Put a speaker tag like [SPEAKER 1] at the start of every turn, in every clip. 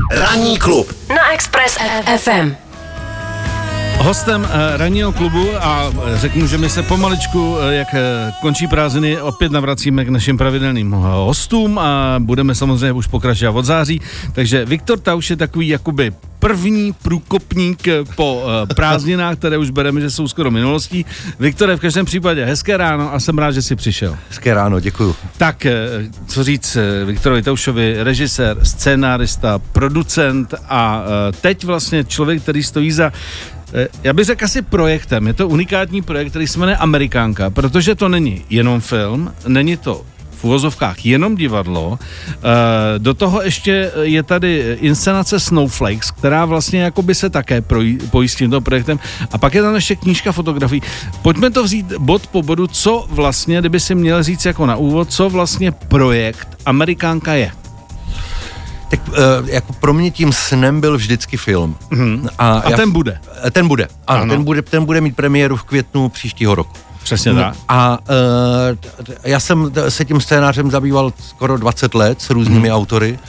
[SPEAKER 1] Ranní klub
[SPEAKER 2] na Express FM.
[SPEAKER 3] Hostem ranního klubu a řeknu, že my se pomaličku, jak končí prázdniny, opět navracíme k našim pravidelným hostům a budeme samozřejmě už pokračovat od září. Takže Viktor Tauš je takový jakoby první průkopník po prázdninách, které už bereme, že jsou skoro minulostí. Viktore, v každém případě hezké ráno a jsem rád, že jsi přišel.
[SPEAKER 4] Hezké ráno, děkuju.
[SPEAKER 3] Tak, co říct Viktorovi Taušovi, režisér, scénárista, producent a teď vlastně člověk, který stojí za, já bych řekl asi projektem, je to unikátní projekt, který se jmenuje Amerikánka, protože to není jenom film, není to v uvozovkách jenom divadlo, do toho ještě je tady inscenace Snowflakes, která vlastně jakoby se také pojí s tímto projektem a pak je tam ještě knížka fotografií. Pojďme to vzít bod po bodu, co vlastně, kdyby si měl říct jako na úvod, co vlastně projekt Amerikánka je.
[SPEAKER 4] Tak jako pro mě tím snem byl vždycky film.
[SPEAKER 3] A ten bude?
[SPEAKER 4] Ten bude, ano. Ten bude mít premiéru v květnu příštího roku.
[SPEAKER 3] Přesně tak.
[SPEAKER 4] A já jsem se tím scénářem zabýval skoro 20 let s různými autory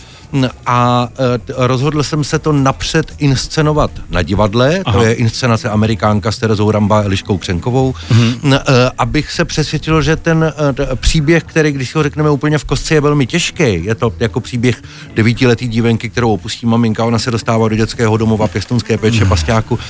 [SPEAKER 4] a rozhodl jsem se to napřed inscenovat na divadle, to je inscenace Amerikánka s Terezou Ramba a Eliškou Křenkovou, abych se přesvědčil, že ten příběh, který, když si ho řekneme úplně v kostce, je velmi těžký. Je to jako příběh 9letý dívenky, kterou opustí maminka, ona se dostává do dětského domova, pěstounské péče, pasťáku.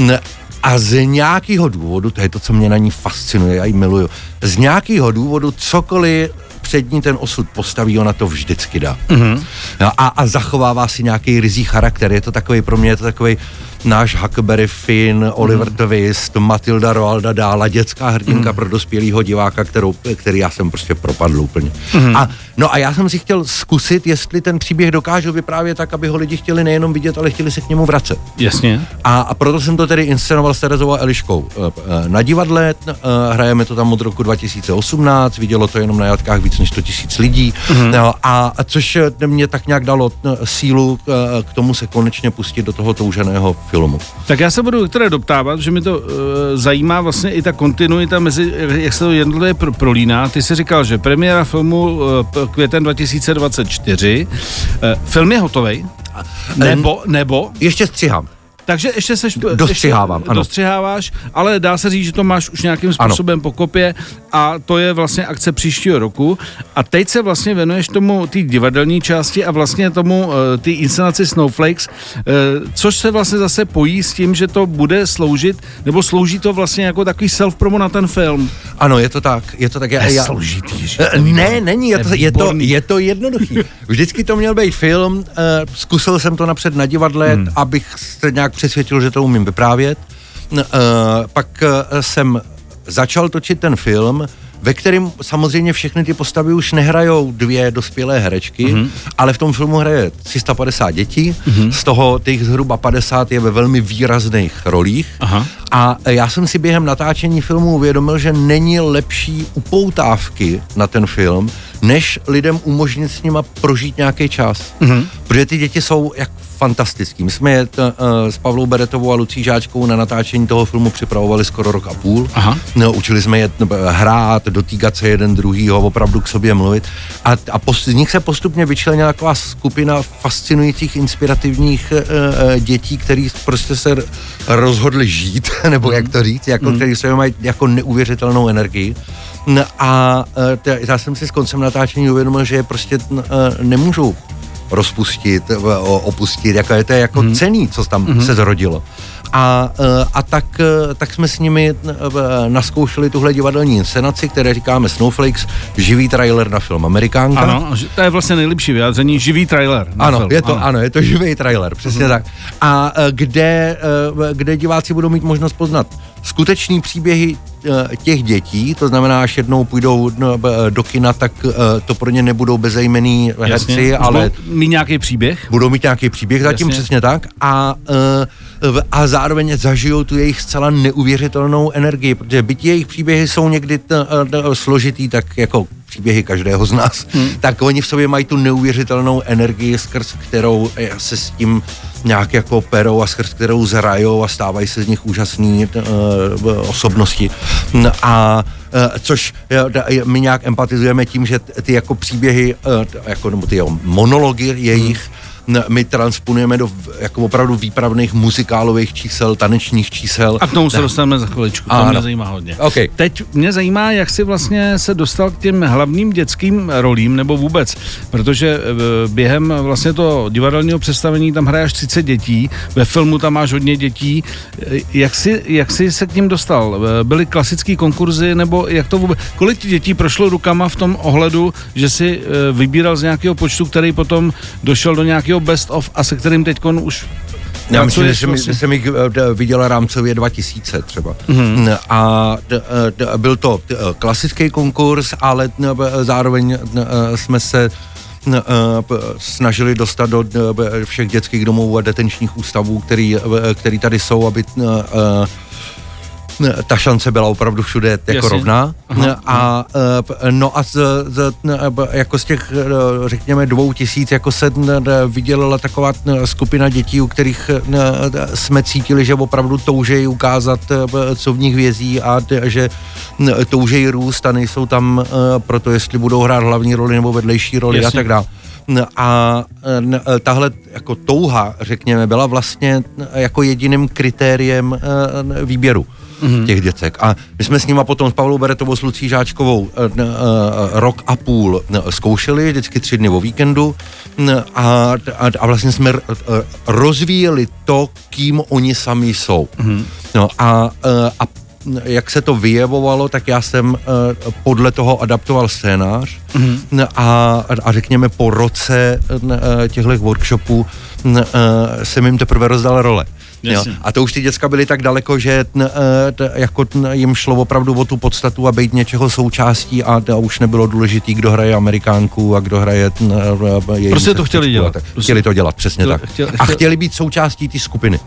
[SPEAKER 4] A z nějakého důvodu, to je to, co mě na ní fascinuje, já ji miluju, z nějakého důvodu cokoliv před ní ten osud postaví, ona to vždycky dá. No, a zachovává si nějaký ryzí charakter, je to takový, pro mě je to takový náš Huckleberry Finn, Oliver Twist, Matilda Roalda Dála, dětská hrdinka pro dospělýho diváka, který já jsem prostě propadl úplně. A já jsem si chtěl zkusit, jestli ten příběh dokážu vyprávět tak, aby ho lidi chtěli nejenom vidět, ale chtěli se k němu vracet.
[SPEAKER 3] Jasně.
[SPEAKER 4] A proto jsem to tedy inscenoval s Terezou a Eliškou na divadle, hrajeme to tam od roku 2018, vidělo to jenom na jatkách víc než 100 000 lidí, a což mě tak nějak dalo sílu k tomu se konečně pustit do toho touženého filmu.
[SPEAKER 3] Tak já se budu Viktore doptávat, že mi to zajímá vlastně i ta kontinuita mezi, jak se to jednotlivě prolíná. Ty jsi říkal, že premiéra filmu květen 2024. Film je hotovej? Nebo?
[SPEAKER 4] Ještě střihám.
[SPEAKER 3] Takže ještě seš...
[SPEAKER 4] Dostřihávám, ano.
[SPEAKER 3] Dostřiháváš, ale dá se říct, že to máš už nějakým způsobem po kopě a to je vlastně akce příštího roku. A teď se vlastně věnuješ tomu té divadelní části a vlastně tomu ty inscenaci Snowflakes, což se vlastně zase pojí s tím, že to bude sloužit, nebo slouží to vlastně jako takový self-promo na ten film.
[SPEAKER 4] Ano, je to tak.
[SPEAKER 3] Složitý.
[SPEAKER 4] Ne, není, je to jednoduchý. Vždycky to měl být film, zkusil jsem to napřed na divadle, abych se nějak přesvědčil, že to umím vyprávět. Pak jsem začal točit ten film, ve kterém samozřejmě všechny ty postavy už nehrajou 2 dospělé herečky, ale v tom filmu hraje 350 dětí, z toho těch zhruba 50 je ve velmi výrazných rolích. A já jsem si během natáčení filmu uvědomil, že není lepší upoutávky na ten film, než lidem umožnit s nima prožít nějaký čas. Protože ty děti jsou jak fantastický. My jsme je s Pavlou Beretovou a Lucí Žáčkou na natáčení toho filmu připravovali skoro 1,5 roku. No, učili jsme je hrát, dotýkat se jeden druhýho, opravdu k sobě mluvit. A z nich se postupně vyčlenila taková skupina fascinujících, inspirativních dětí, který prostě se rozhodli žít, nebo jak to říct, jako, který se mají jako neuvěřitelnou energii. A já jsem si s koncem natáčení uvědomil, že je prostě nemůžu rozpustit, opustit, jako to je jako cenný, co tam se zrodilo. A tak jsme s nimi naskoušeli tuhle divadelní inscenaci, které říkáme Snowflakes, živý trailer na film Amerikánka.
[SPEAKER 3] Ano, to je vlastně nejlepší vyjádření, živý trailer na film.
[SPEAKER 4] Je to živý trailer, přesně tak. A kde diváci budou mít možnost poznat skutečný příběhy těch dětí, to znamená, až jednou půjdou do kina, tak to pro ně nebudou bezejmenný herci, ale...
[SPEAKER 3] Mít nějaký příběh?
[SPEAKER 4] Budou mít nějaký příběh, zatím přesně tak. A zároveň zažijou tu jejich zcela neuvěřitelnou energii, protože byť jejich příběhy jsou někdy složitý, tak jako příběhy každého z nás, tak oni v sobě mají tu neuvěřitelnou energii, skrz kterou se s tím nějak jako perou a skrz kterou zrajou a stávají se z nich úžasné osobnosti. A což my nějak empatizujeme tím, že ty jako příběhy, jako, nebo ty monology jejich, my transponujeme do jako opravdu výpravných muzikálových čísel, tanečních čísel.
[SPEAKER 3] A k tomu se dostaneme za chviličku, to mě zajímá hodně.
[SPEAKER 4] Okay.
[SPEAKER 3] Teď mě zajímá, jak jsi vlastně se dostal k těm hlavním dětským rolím, nebo vůbec, protože během vlastně toho divadelního představení tam hraješ 30 dětí, ve filmu tam máš hodně dětí. Jak jsi se k ním dostal? Byly klasický konkurzy, nebo jak to vůbec? Kolik dětí prošlo rukama v tom ohledu, že si vybíral z nějakého počtu, který potom došel do nějakého best of a se kterým teďkon už...
[SPEAKER 4] Já myslím, že jsem jich viděl rámcově 2000 třeba. Mm-hmm. A byl to klasický konkurs, ale zároveň jsme se snažili dostat do všech dětských domovů a detenčních ústavů, který tady jsou, aby ta šance byla opravdu všude jako rovná. A jako z těch, řekněme, 2000 jako se vydělala taková skupina dětí, u kterých jsme cítili, že opravdu toužejí ukázat, co v nich vězí a že toužejí růst a nejsou tam proto, jestli budou hrát hlavní roli nebo vedlejší roli a tak dále. A tahle jako touha, řekněme, byla vlastně jako jediným kritériem výběru těch děcek. A my jsme s nima potom s Pavlou Beretovou, s Lucí Žáčkovou rok a půl zkoušeli, vždycky 3 dny o víkendu a vlastně jsme rozvíjeli to, kým oni sami jsou. No a jak se to vyjevovalo, tak já jsem podle toho adaptoval scénář a řekněme po roce těchto workshopů jsem jim teprve rozdal role. Jo. A to už ty děcka byly tak daleko, že jako jim šlo opravdu o tu podstatu a být něčeho součástí a už nebylo důležitý, kdo hraje Amerikánku a kdo hraje
[SPEAKER 3] prostě to chtěli dělat.
[SPEAKER 4] Chtěli to dělat, přesně tak. A chtěli být součástí té skupiny.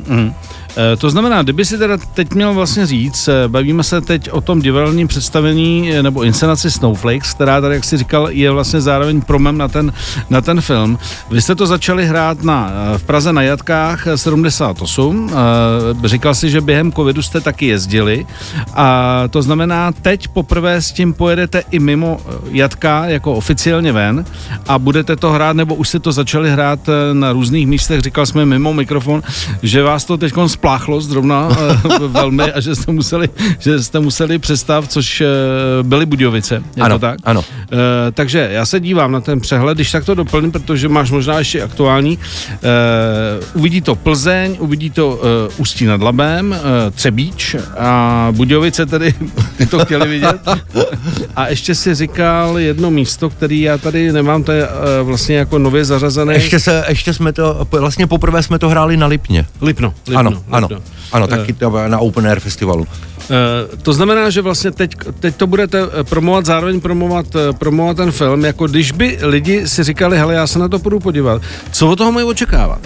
[SPEAKER 3] To znamená, kdyby si teda teď měl vlastně říct, bavíme se teď o tom divadelním představení nebo inscenaci Snowflakes, která tady, jak jsi říkal, je vlastně zároveň promem na ten film. Vy jste to začali hrát v Praze na Jatkách 78. Říkal si, že během covidu jste taky jezdili a to znamená, teď poprvé s tím pojedete i mimo Jatka jako oficiálně ven a budete to hrát, nebo už jste to začali hrát na různých místech, říkal jsme mimo mikrofon, že vás to teď spláchlo zrovna velmi a že jste museli přestat, což byly Budějovice.
[SPEAKER 4] Ano,
[SPEAKER 3] tak?
[SPEAKER 4] Ano.
[SPEAKER 3] Takže já se dívám na ten přehled, když tak to doplním, protože máš možná ještě aktuální. Uvidí to Plzeň, uvidí to Ústí nad Labem, Třebíč a Budějovice tedy to chtěli vidět. A ještě si říkal jedno místo, který já tady nemám, to je vlastně jako nově zařazené.
[SPEAKER 4] Ještě jsme to, vlastně poprvé jsme to hráli na Lipně.
[SPEAKER 3] Lipno.
[SPEAKER 4] Ano, taky na Open Air festivalu.
[SPEAKER 3] To znamená, že vlastně teď to budete promovat, zároveň promovat ten film, jako když by lidi si říkali, hele, já se na to půjdu podívat. Co od toho mají očekávat?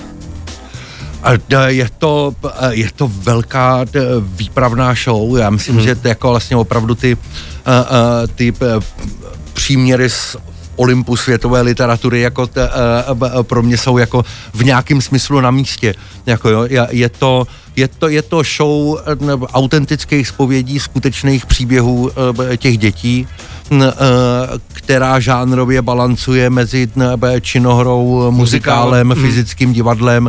[SPEAKER 4] Je to velká výpravná show. Já myslím, že to jako vlastně opravdu ty příměry z Olympu světové literatury jako pro mě jsou jako v nějakém smyslu na místě. Jako jo, je to show autentických zpovědí, skutečných příběhů těch dětí, která žánrově balancuje mezi činohrou, muzikálem, fyzickým divadlem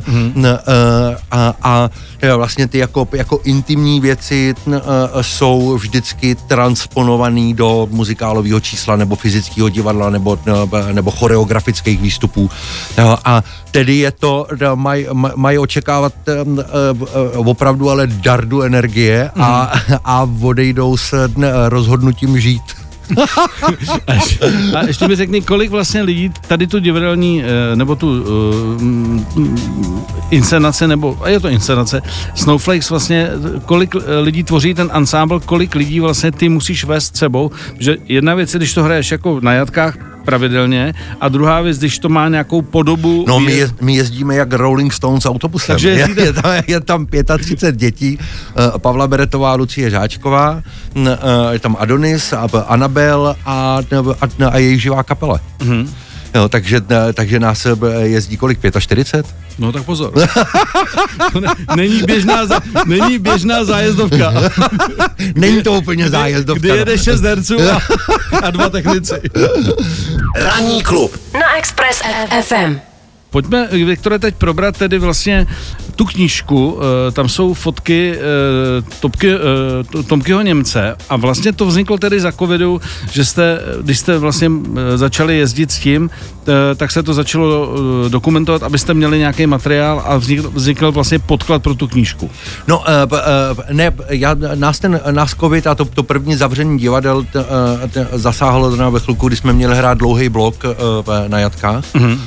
[SPEAKER 4] a vlastně ty jako intimní věci jsou vždycky transponovaný do muzikálového čísla nebo fyzického divadla nebo choreografických výstupů. A tedy je to, mají očekávat opravdu ale dardu energie a odejdou s rozhodnutím žít.
[SPEAKER 3] A ještě mi řekni, kolik vlastně lidí tady tu divadelní, nebo tu inscenace, nebo je to inscenace, Snowflakes vlastně, kolik lidí tvoří ten ansámbl, kolik lidí vlastně ty musíš vést s sebou, že jedna věc je, když to hraješ jako na Jatkách pravidelně a druhá věc, když to má nějakou podobu...
[SPEAKER 4] No my jezdíme jak Rolling Stones autobusem. Je tam 35 dětí, Pavla Beretová, Lucie Žáčková, je tam Adonis, Anabel a její živá kapela. Jo, takže nás jezdí kolik? 45?
[SPEAKER 3] No tak pozor. Není běžná zájezdovka.
[SPEAKER 4] Není to úplně zájezdovka.
[SPEAKER 3] Kdy jede 6 herců a 2 technici.
[SPEAKER 2] Ranní klub na Express FM.
[SPEAKER 3] Pojďme, Viktore, teď probrat tedy vlastně tu knížku, tam jsou fotky Tomkyho Němce a vlastně to vzniklo tedy za covidu, že když jste vlastně začali jezdit s tím, tak se to začalo dokumentovat, abyste měli nějaký materiál a vznikl vlastně podklad pro tu knížku.
[SPEAKER 4] No, nás covid a to první zavření divadel zasáhlo ve chvilku, kdy jsme měli hrát dlouhý blok na Jatkách.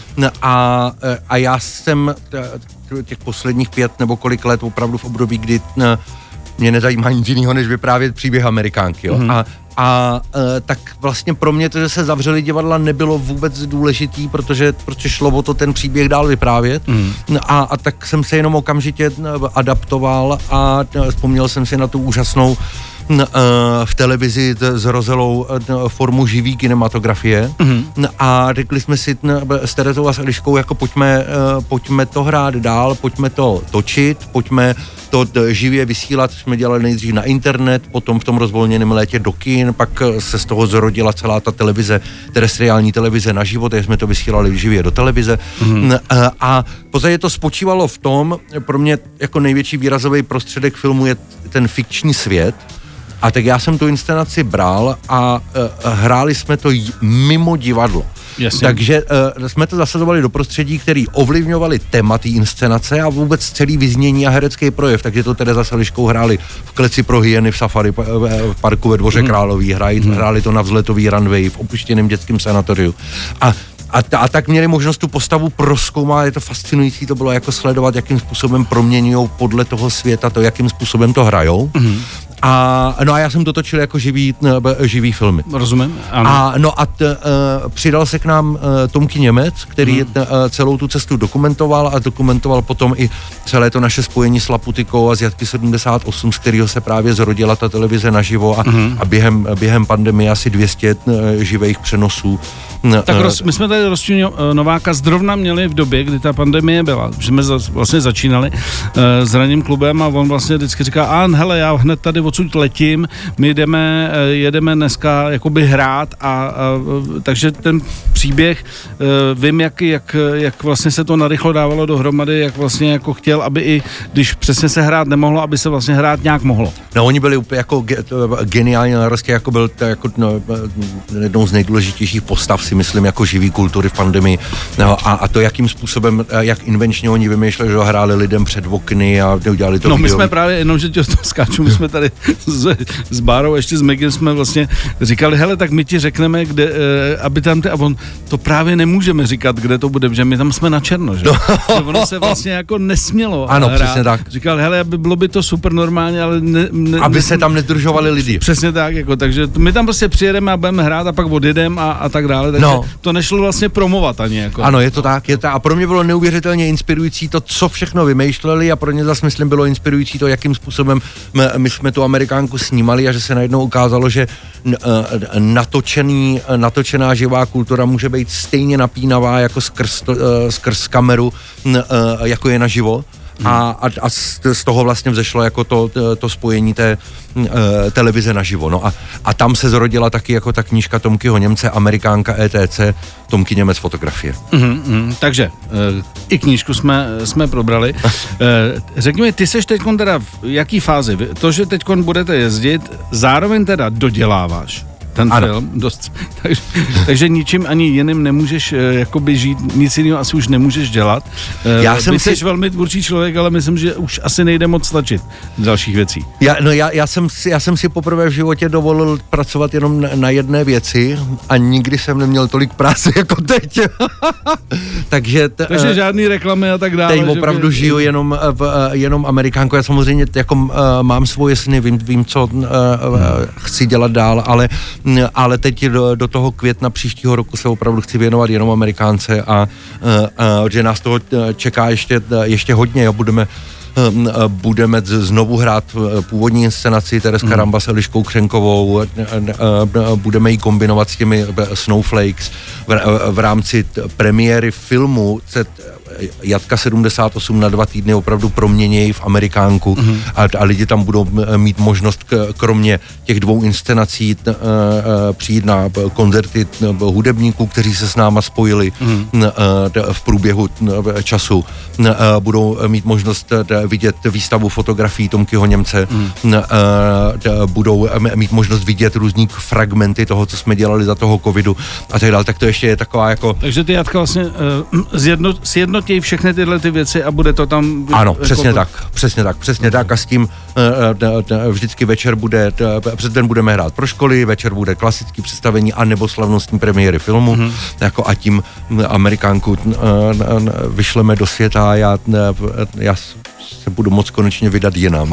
[SPEAKER 4] A já jsem těch posledních 5 nebo kolik let opravdu v období, kdy mě nezajímá nic jiného, než vyprávět příběh Amerikánky. Jo. Tak vlastně pro mě to, že se zavřeli divadla, nebylo vůbec důležitý, protože šlo o to ten příběh dál vyprávět. A tak jsem se jenom okamžitě adaptoval a vzpomněl jsem si na tu úžasnou v televizi s Rozelou formu živý kinematografie a řekli jsme si s Terezou a s Eliškou, jako pojďme to hrát dál, pojďme to točit, pojďme to živě vysílat, jsme dělali nejdřív na internet, potom v tom rozvolněném létě do kin, pak se z toho zrodila celá ta televize, terestriální televize na život, takže jsme to vysílali živě do televize a v podstatě to spočívalo v tom, pro mě jako největší výrazový prostředek filmu je ten fikční svět. A tak já jsem tu inscenaci bral a hráli jsme to mimo divadlo.
[SPEAKER 3] Jasně.
[SPEAKER 4] Takže jsme to zasazovali do prostředí, který ovlivňovali téma té inscenace a vůbec celý vyznění a herecký projev. Takže to Tereza s Eliškou hráli v Kleci pro hyeny v Safari parku ve Dvoře Králový, hráli to na vzletový runway v opuštěném dětském sanatoriu. A tak měli možnost tu postavu prozkoumat, je to fascinující, to bylo jako sledovat, jakým způsobem proměňujou podle toho světa to, jakým způsobem to hrajou. A já jsem to točil jako živý filmy.
[SPEAKER 3] Rozumím, ano.
[SPEAKER 4] Přidal se k nám Tomky Němec, který celou tu cestu dokumentoval a dokumentoval potom i celé to naše spojení s Laputikou a z Jatky 78, z kterého se právě zrodila ta televize naživo a během pandemie asi 200 živých přenosů.
[SPEAKER 3] Tak my jsme tady Rostou Nováka zrovna měli v době, kdy ta pandemie byla, že jsme vlastně začínali s Ranním klubem a on vlastně vždycky říká, hele, já hned tady odsud letím, my jedeme dneska jakoby hrát takže ten příběh, vím, jak vlastně se to narychlo dávalo dohromady, jak vlastně jako chtěl, aby i když přesně se hrát nemohlo, aby se vlastně hrát nějak mohlo.
[SPEAKER 4] No oni byli úplně jako geniální narosty, jako byl jako jednou z nejdůležitějších postav, si myslím, jako živý kultury v pandemii. No, a to, jakým způsobem, jak invenčně oni vymýšleli, že hráli lidem před okny a udělali to.
[SPEAKER 3] No my jsme právě, jenom, že tě to skáču, my jsme tady s Bárou, ještě s Megem jsme vlastně říkali, hele, tak my ti řekneme, kde, aby tam a on, to právě nemůžeme říkat, kde to bude, že my tam jsme na černo, že? No. Že ono se vlastně jako nesmělo.
[SPEAKER 4] Ano, přesně tak.
[SPEAKER 3] Říkal, hele, bylo by to super normálně, ale
[SPEAKER 4] aby se tam nezdržovali lidi.
[SPEAKER 3] Přesně tak, jako, takže my tam prostě přijedeme a budeme hrát a pak odjedeme a tak dále, takže to nešlo vlastně promovat ani jako.
[SPEAKER 4] Ano, je to tak, a pro mě bylo neuvěřitelně inspirující to, co všechno vymýšleli a pro ně zase myslím bylo inspirující to, jakým způsobem my jsme tu Amerikánku snímali a že se najednou ukázalo, že natočená živá kultura může být stejně napínavá jako skrz kameru, jako je naživo. A z toho vlastně vzešlo jako to spojení té televize naživo. No a tam se zrodila taky jako ta knížka Tomkyho Němce, Amerikánka ETC, Tomky Němec fotografie.
[SPEAKER 3] Takže i knížku jsme probrali. Řekni mi, ty seš teďkon teda v jaký fázi? To, že teďkon budete jezdit, zároveň teda doděláváš ten film dost. Takže ničím ani jiným nemůžeš jakoby žít, nic jiného asi už nemůžeš dělat. Ty jsi velmi tvůrčí člověk, ale myslím, že už asi nejde moc tlačit dalších věcí.
[SPEAKER 4] Já jsem si poprvé v životě dovolil pracovat jenom na jedné věci a nikdy jsem neměl tolik práce jako teď. Takže
[SPEAKER 3] žádný reklamy a tak dále.
[SPEAKER 4] Teď opravdu žiju jenom Amerikánku. Já samozřejmě jako mám svoje sny, vím co chci dělat dál, ale teď do toho května příštího roku se opravdu chci věnovat jenom Amerikánce a že nás toho čeká ještě hodně. Jo. Budeme znovu hrát původní inscenaci Tereska Ramba s Eliškou Křenkovou, budeme ji kombinovat s těmi Snowflakes v rámci premiéry filmu. jatka 78 na 2 týdny opravdu proměnějí v Amerikánku a lidi tam budou mít možnost kromě těch 2 inscenací přijít na koncerty hudebníků, kteří se s náma spojili v průběhu času. Budou mít možnost vidět výstavu fotografií Tomkyho Němce, budou mít možnost vidět různý fragmenty toho, co jsme dělali za toho covidu a tak dále. Tak to ještě je taková jako...
[SPEAKER 3] Takže ty jatka vlastně sjednotějí všechny tyhle ty věci a bude to tam...
[SPEAKER 4] Ano, přesně tak a s tím vždycky večer bude, před den budeme hrát pro školy, večer bude klasické představení anebo slavnostní premiéry filmu, jako a tím Amerikánku vyšleme do světa a já se budu moc konečně vydat jinam.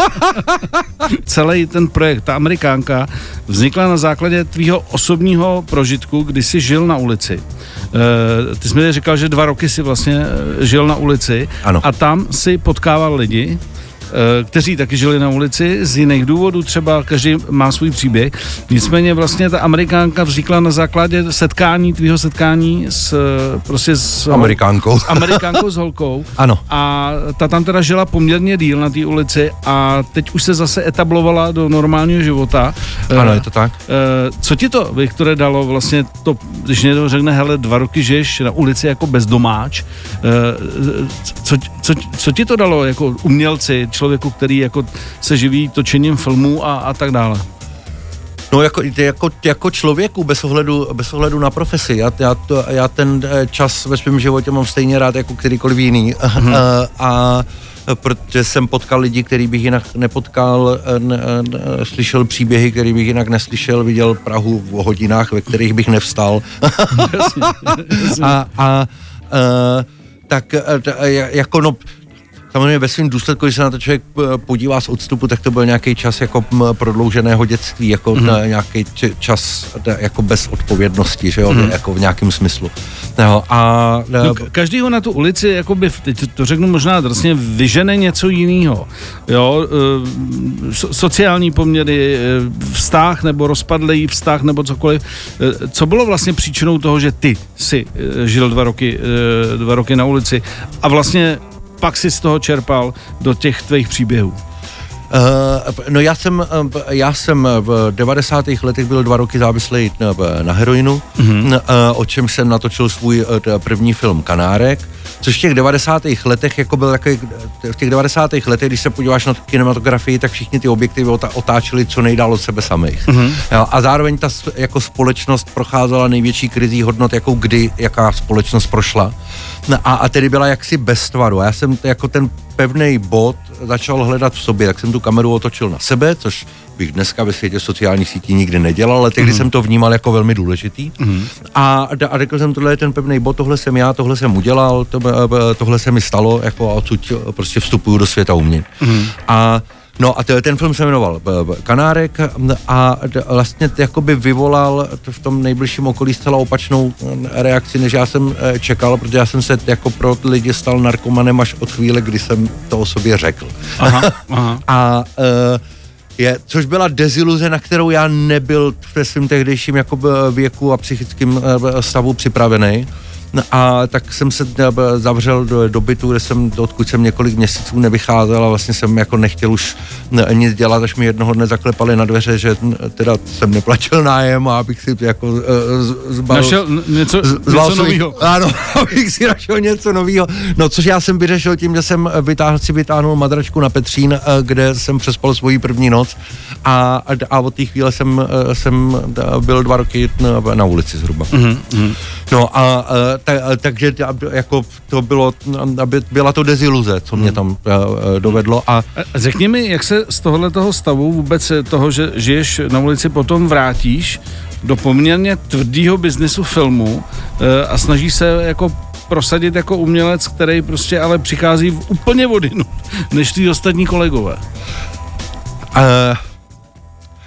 [SPEAKER 3] Celý ten projekt, ta Amerikánka, vznikla na základě tvýho osobního prožitku, kdy jsi žil na ulici. Ty jsi mi říkal, že 2 roky jsi vlastně žil na ulici.
[SPEAKER 4] Ano.
[SPEAKER 3] A tam si potkával lidi, kteří taky žili na ulici z jiných důvodů, třeba každý má svůj příběh. Nicméně vlastně ta Amerikánka vznikla na základě tvýho setkání s
[SPEAKER 4] Amerikánkou.
[SPEAKER 3] S Amerikánkou, s holkou.
[SPEAKER 4] Ano.
[SPEAKER 3] A ta tam teda žila poměrně díl na té ulici a teď už se zase etablovala do normálního života.
[SPEAKER 4] Ano, je to tak.
[SPEAKER 3] Co ti to, Viktore, dalo vlastně to, když někdo řekne, hele, 2 roky žiješ na ulici jako bezdomáč, co ti to dalo jako umělci, člověku, který jako se živí točením filmů a tak dále?
[SPEAKER 4] No jako člověku, bez ohledu na profesi. Já ten čas ve svém životě mám stejně rád jako kterýkoliv jiný. A protože jsem potkal lidi, který bych jinak nepotkal, slyšel příběhy, který bych jinak neslyšel, viděl Prahu v hodinách, ve kterých bych nevstal.
[SPEAKER 3] Jasně.
[SPEAKER 4] Tak jako no, samozřejmě ve svým důsledku, když se na to člověk podívá z odstupu, tak to byl nějaký čas jako prodlouženého dětství, jako nějaký čas jako bez odpovědnosti, že jo, jako v nějakém smyslu. No,
[SPEAKER 3] každýho na tu ulici, jakoby, teď to řeknu možná drsně, vyžene něco jiného. Jo, sociální poměry, vztah nebo rozpadlý vztah nebo cokoliv. Co bylo vlastně příčinou toho, že ty si žil 2 roky na ulici a vlastně pak si z toho čerpal do těch tvých příběhů?
[SPEAKER 4] No já jsem v 90. letech byl 2 roky závislý na heroinu, o čem jsem natočil svůj první film Kanárek, což v těch 90. letech jako byl takový, v těch 90. letech, když se podíváš na kinematografii, tak všichni ty objektivy otáčeli co nejdál od sebe samých. Jo, a zároveň ta jako společnost procházela největší krizí hodnot, jaká společnost prošla. A tedy byla jaksi bez tvaru. Já jsem jako ten pevný bod začal hledat v sobě, tak jsem tu kameru otočil na sebe, což bych dneska ve světě sociálních sítí nikdy nedělal, ale tehdy jsem to vnímal jako velmi důležitý. A řekl jsem, tohle je ten pevný bod, tohle jsem já, tohle jsem udělal, tohle se mi stalo, jako odsud prostě vstupuju do světa umění. No a ten film se jmenoval Kanárek a vlastně jakoby vyvolal v tom nejbližším okolí zcela opačnou reakci, než já jsem čekal, protože já jsem se jako pro lidi stal narkomanem až od chvíle, kdy jsem to o sobě řekl. Aha. Což byla deziluze, na kterou já nebyl ve svým tehdejším jako věku a psychickém stavu připravený. A tak jsem se zavřel do bytu, odkud jsem několik měsíců nevycházel a vlastně jsem jako nechtěl už nic dělat, až mi jednoho dne zaklepali na dveře, že teda jsem neplatil nájem a abych si jako
[SPEAKER 3] našel něco novýho.
[SPEAKER 4] Ano, abych si našel něco novýho. No, což já jsem vyřešil tím, že jsem vytáhnul madračku na Petřín, kde jsem přespal svoji první noc a od té chvíle jsem byl 2 roky na ulici zhruba. No takže jako to byla to deziluze, co mě tam dovedlo. A
[SPEAKER 3] řekni mi, jak se z tohoto stavu vůbec toho, že žiješ na ulici, potom vrátíš do poměrně tvrdýho biznesu filmu a snažíš se jako prosadit jako umělec, který prostě ale přichází v úplně vodinu, než ty ostatní kolegové.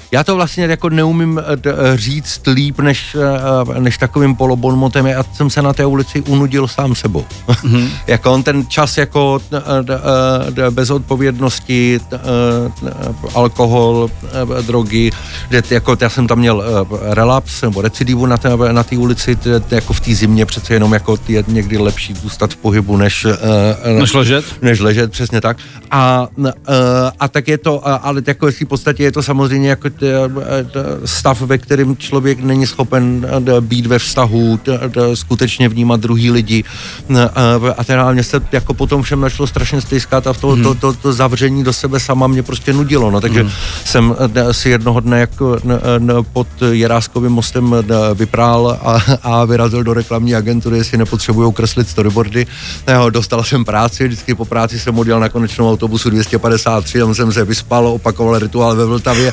[SPEAKER 4] já to vlastně jako neumím říct líp, než takovým polobonmotem. Já jsem se na té ulici unudil sám sebou. Jako on ten čas jako bez odpovědnosti, alkohol, drogy, jako já jsem tam měl relaps nebo recidivu na té ulici, jako v té zimě přece jenom jako je někdy lepší zůstat v pohybu, než ležet, přesně tak. A tak je to, ale jako v podstatě je to samozřejmě jako stav, ve kterém člověk není schopen být ve vztahu, skutečně vnímat druhý lidi. A teda mě se jako potom všem našlo strašně stejskat a to zavření do sebe sama mě prostě nudilo. No, takže jsem si jednoho dne jako pod Jiráskovým mostem vyprál a vyrazil do reklamní agentury, jestli nepotřebujou kreslit storyboardy. Dostal jsem práci, vždycky po práci jsem odjel na konečnou autobusu 253, tam jsem se vyspal, opakoval rituál ve Vltavě.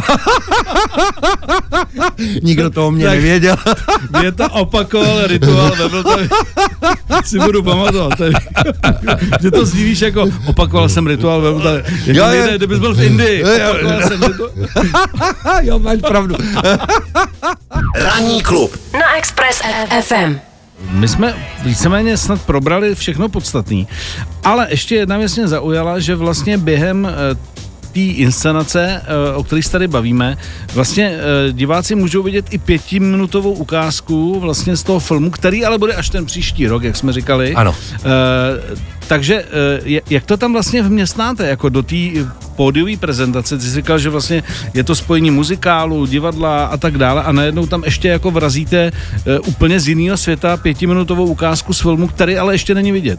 [SPEAKER 4] Nikdo toho mě nevěděl.
[SPEAKER 3] Mě to opakoval rituál ve Vltavě. Si budu pamatovat. Že to sdívíš jako opakoval jsem rituál ve Vltavě. Kdybys byl v Indii. Opakoval jsem rituál.
[SPEAKER 4] Jo, máš pravdu.
[SPEAKER 2] Ranní klub na Express FM.
[SPEAKER 3] My jsme víceméně snad probrali všechno podstatné, ale ještě jedna věc mě zaujala, že vlastně během té inscenace, o které se tady bavíme, vlastně diváci můžou vidět i 5minutovou ukázku vlastně z toho filmu, který ale bude až ten příští rok, jak jsme říkali.
[SPEAKER 4] Ano.
[SPEAKER 3] Takže jak to tam vlastně vměstnáte, jako do té pódiové prezentace? Ty jsi říkal, že vlastně je to spojení muzikálu, divadla a tak dále a najednou tam ještě jako vrazíte úplně z jiného světa 5minutovou ukázku z filmu, který ale ještě není vidět.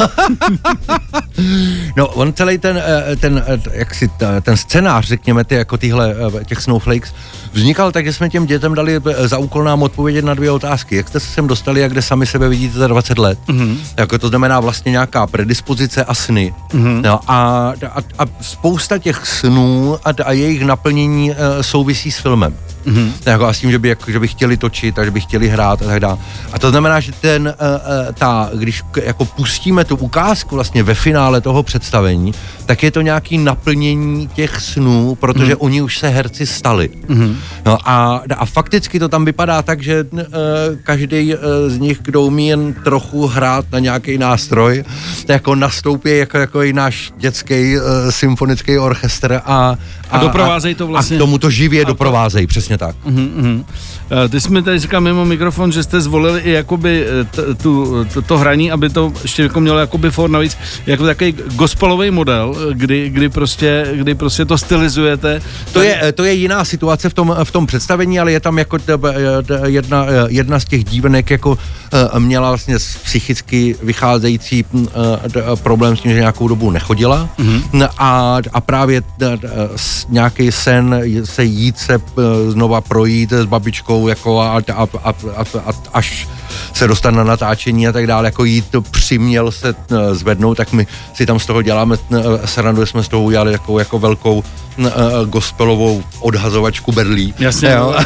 [SPEAKER 4] No, on celý ten scénář, řekněme, těch Snowflakes, vznikal tak, že jsme těm dětem dali za úkol nám odpovědět na 2 otázky. Jak jste se sem dostali a kde sami sebe vidíte za 20 let? Jako to znamená vlastně nějaká predispozice a sny. No, a spousta těch snů a jejich naplnění souvisí s filmem. Jako a s tím, že by chtěli točit a že by chtěli hrát a tak dále. A to znamená, že když jako pustíme tu ukázku vlastně ve finále toho představení, tak je to nějaký naplnění těch snů, protože oni už se herci stali. No a fakticky to tam vypadá tak, že každý z nich, kdo umí jen trochu hrát na nějaký nástroj, jako nastoupí jako i náš dětský symfonický orchestr a
[SPEAKER 3] doprovázejí to vlastně.
[SPEAKER 4] A k tomu to živě doprovázejí, přesně tak.
[SPEAKER 3] Ty jsi mi tady říkal mimo mikrofon, že jste zvolili i jakoby to hraní, aby to ještě jako mělo jakoby for navíc, jako takový gospelový model, kdy prostě to stylizujete.
[SPEAKER 4] To je jiná situace v tom představení, ale je tam jako jedna z těch dívenek jako měla vlastně psychicky vycházející problém s tím, že nějakou dobu nechodila a právě nějaký sen se jít se znova projít s babičkou jako a až se dostane na natáčení a tak dále, jako jí to přiměl se zvednout, tak my si tam z toho děláme srandu, jsme z toho udělali jako velkou gospelovou odhazovačku berlí.
[SPEAKER 3] Jasně. Jo.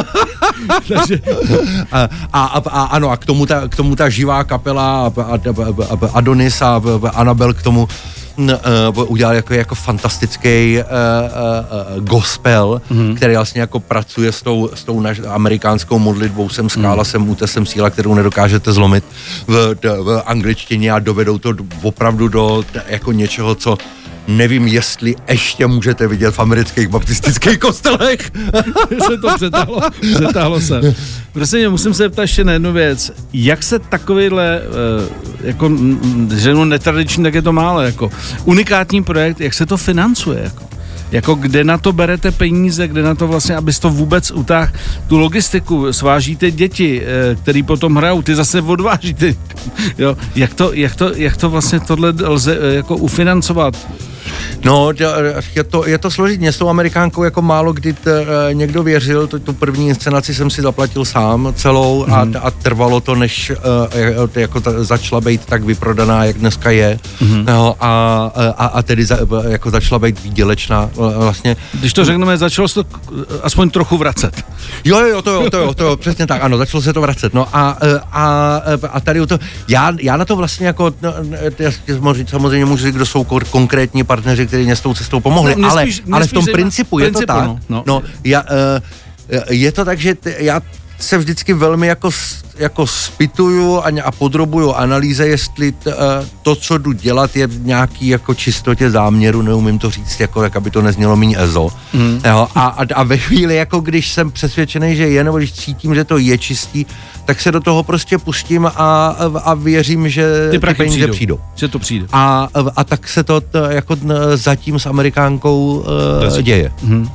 [SPEAKER 4] Ano, a k tomu ta živá kapela Adonis a Anabel k tomu udělal jako fantastický gospel, který vlastně jako pracuje s tou amerikánskou modlitbou jsem skála, jsem úte, jsem síla, kterou nedokážete zlomit v angličtině a dovedou to opravdu do jako něčeho, co nevím, jestli ještě můžete vidět v amerických baptistických kostelech.
[SPEAKER 3] Se to přetáhlo se. Prostě musím se ptát ještě na jednu věc. Jak se takovýhle, jako, řeknu netradiční, tak je to málo, jako unikátní projekt, jak se to financuje, jako kde na to berete peníze, kde na to vlastně, abys to vůbec utáhl, tu logistiku, svážíte děti, který potom hrajou, ty zase odvážíte, jo, jak to vlastně tohle lze jako ufinancovat?
[SPEAKER 4] No, je to složitě. S tou Amerikánkou jako málo kdy někdo věřil, tu první inscenaci jsem si zaplatil sám celou a trvalo to, než jako začala být tak vyprodaná, jak dneska je. No, a tedy jako začala být výdělečná vlastně.
[SPEAKER 3] Když to řekneme, začalo se to aspoň trochu vracet.
[SPEAKER 4] Jo, to přesně tak, ano, začalo se to vracet. No a tady to, já na to vlastně jako, samozřejmě můžu říct, kdo jsou konkrétní partneři, lidi, kteří mě s tou cestou pomohli, ale v tom principu je to tak. Je to tak, že já se vždycky velmi jako zpytuju a podrobuju analýze, jestli to, co jdu dělat, je v nějaký jako čistotě záměru, neumím to říct, jako, tak aby to neznělo méně EZO. Jo, a ve chvíli, jako když jsem přesvědčený, že je, nebo když cítím, že to je čistý, tak se do toho prostě pustím a věřím, že ty peníze přijdou.
[SPEAKER 3] Že to přijde.
[SPEAKER 4] A tak se to jako zatím s Amerikánkou děje.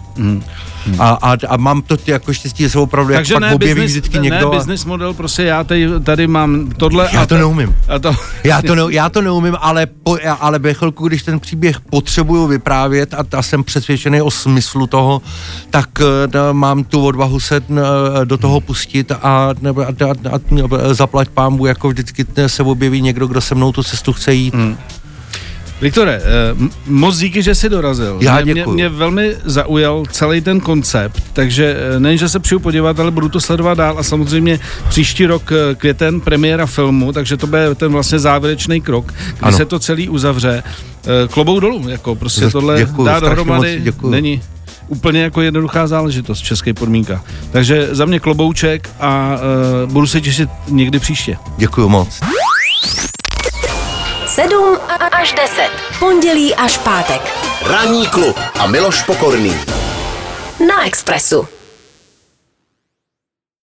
[SPEAKER 4] A mám to jako štěstí, že se opravdu jak pak objeví vždycky někdo.
[SPEAKER 3] Ne business model, prostě já tady mám tohle.
[SPEAKER 4] Já to neumím. Já to neumím, ale ve chvilku, když ten příběh potřebuju vyprávět a jsem přesvědčený o smyslu toho, tak mám tu odvahu se do toho pustit a zaplať pánbu, jako vždycky se objeví někdo, kdo se mnou tu cestu chce jít.
[SPEAKER 3] Viktore, moc díky, že jsi dorazil.
[SPEAKER 4] Já děkuju.
[SPEAKER 3] Mě velmi zaujal celý ten koncept, takže nejen, že se přijdu podívat, ale budu to sledovat dál a samozřejmě příští rok květen premiéra filmu, takže to bude ten vlastně závěrečný krok, kdy se to celý uzavře. Klobouk dolů, jako prostě tohle dát dohromady není úplně jako jednoduchá záležitost v české podmínkách. Takže za mě klobouček a budu se těšit někdy příště.
[SPEAKER 4] Děkuju moc.
[SPEAKER 2] 7 až 10. Pondělí až pátek.
[SPEAKER 1] Ranní klub a Miloš Pokorný.
[SPEAKER 2] Na Expressu.